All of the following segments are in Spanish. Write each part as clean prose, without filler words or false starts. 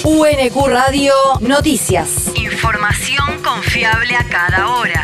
UNQ Radio Noticias. Información confiable a cada hora.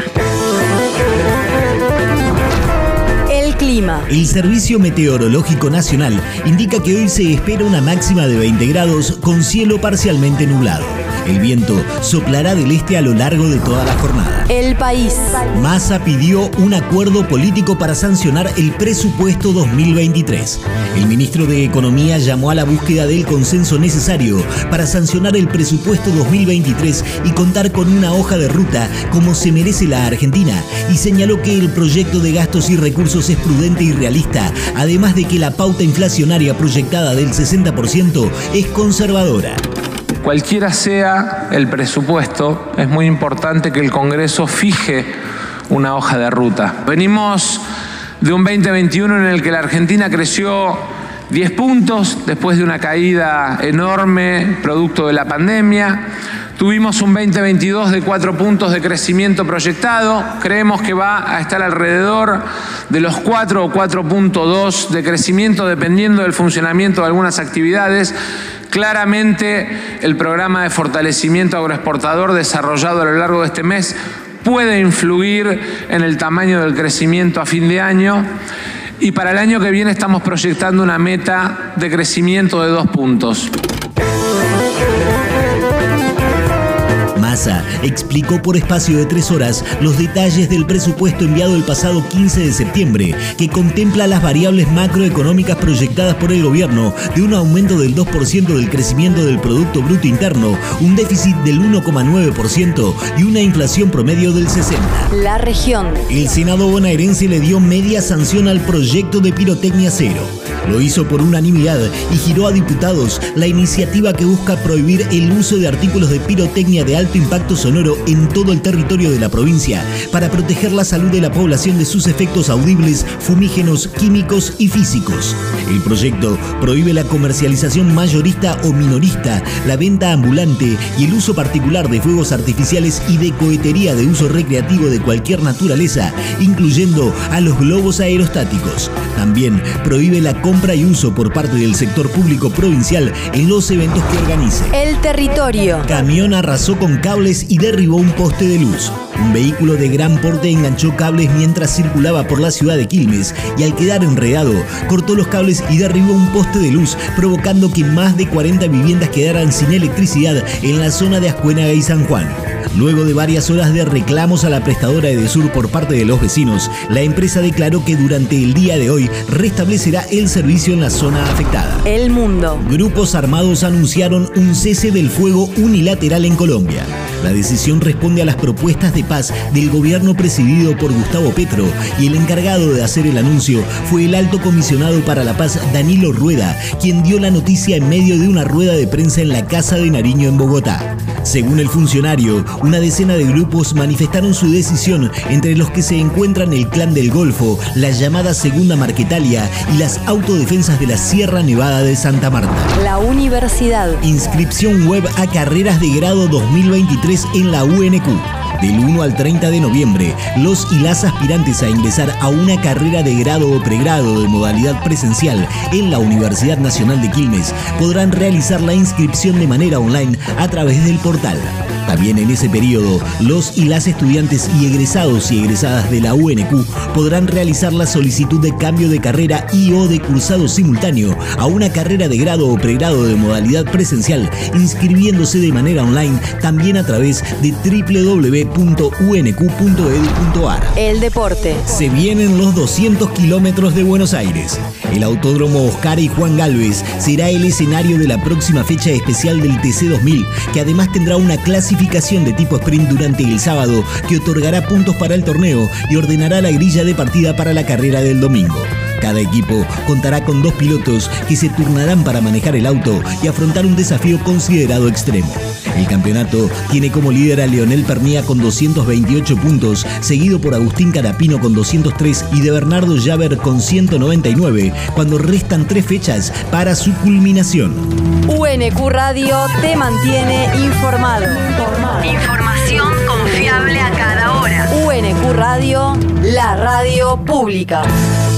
El clima. El Servicio Meteorológico Nacional indica que hoy se espera una máxima de 20 grados con cielo parcialmente nublado. El viento soplará del este a lo largo de toda la jornada. El país. Massa pidió un acuerdo político para sancionar el presupuesto 2023. El ministro de Economía llamó a la búsqueda del consenso necesario para sancionar el presupuesto 2023 y contar con una hoja de ruta como se merece la Argentina, y señaló que el proyecto de gastos y recursos es prudente y realista, además de que la pauta inflacionaria proyectada del 60% es conservadora. Cualquiera sea el presupuesto, es muy importante que el Congreso fije una hoja de ruta. Venimos de un 2021 en el que la Argentina creció 10 puntos después de una caída enorme producto de la pandemia. Tuvimos un 2022 de 4 puntos de crecimiento proyectado. Creemos que va a estar alrededor de los 4 o 4.2 de crecimiento dependiendo del funcionamiento de algunas actividades. Claramente, el programa de fortalecimiento agroexportador desarrollado a lo largo de este mes puede influir en el tamaño del crecimiento a fin de año, y para el año que viene estamos proyectando una meta de crecimiento de 2 puntos. Massa explicó por espacio de 3 horas los detalles del presupuesto enviado el pasado 15 de septiembre, que contempla las variables macroeconómicas proyectadas por el gobierno de un aumento del 2% del crecimiento del Producto Bruto Interno, un déficit del 1,9% y una inflación promedio del 60%. La región. El Senado bonaerense le dio media sanción al proyecto de pirotecnia cero. Lo hizo por unanimidad y giró a diputados la iniciativa que busca prohibir el uso de artículos de pirotecnia de alto impacto sonoro en todo el territorio de la provincia para proteger la salud de la población de sus efectos audibles, fumígenos, químicos y físicos. El proyecto prohíbe la comercialización mayorista o minorista, la venta ambulante y el uso particular de fuegos artificiales y de cohetería de uso recreativo de cualquier naturaleza, incluyendo a los globos aerostáticos. También prohíbe la compra y uso por parte del sector público provincial en los eventos que organice. El territorio. Camión arrasó con cables y derribó un poste de luz. Un vehículo de gran porte enganchó cables mientras circulaba por la ciudad de Quilmes y, al quedar enredado, cortó los cables y derribó un poste de luz, provocando que más de 40 viviendas quedaran sin electricidad en la zona de Ascuénaga y San Juan. Luego de varias horas de reclamos a la prestadora Edesur por parte de los vecinos, la empresa declaró que durante el día de hoy restablecerá el servicio en la zona afectada. El mundo. Grupos armados anunciaron un cese del fuego unilateral en Colombia. La decisión responde a las propuestas de paz del gobierno presidido por Gustavo Petro, y el encargado de hacer el anuncio fue el alto comisionado para la paz Danilo Rueda, quien dio la noticia en medio de una rueda de prensa en la Casa de Nariño en Bogotá. Según el funcionario, una decena de grupos manifestaron su decisión, entre los que se encuentran el Clan del Golfo, la llamada Segunda Marquetalia y las autodefensas de la Sierra Nevada de Santa Marta. La universidad. Inscripción web a carreras de grado 2023 en la UNQ. Del 1 al 30 de noviembre, los y las aspirantes a ingresar a una carrera de grado o pregrado de modalidad presencial en la Universidad Nacional de Quilmes podrán realizar la inscripción de manera online a través del portal. También en ese periodo, los y las estudiantes y egresados y egresadas de la UNQ podrán realizar la solicitud de cambio de carrera y o de cursado simultáneo a una carrera de grado o pregrado de modalidad presencial, inscribiéndose de manera online también a través de www.unq.edu.ar. El deporte. Se vienen los 200 kilómetros de Buenos Aires. El Autódromo Oscar y Juan Galvez será el escenario de la próxima fecha especial del TC 2000, que además tendrá una clasificación de tipo sprint durante el sábado que otorgará puntos para el torneo y ordenará la grilla de partida para la carrera del domingo. Cada equipo contará con 2 pilotos que se turnarán para manejar el auto y afrontar un desafío considerado extremo. El campeonato tiene como líder a Leonel Pernía con 228 puntos, seguido por Agustín Carapino con 203 y de Bernardo Llaver con 199, cuando restan 3 fechas para su culminación. UNQ Radio te mantiene informado. Información confiable a cada hora. UNQ Radio, la radio pública.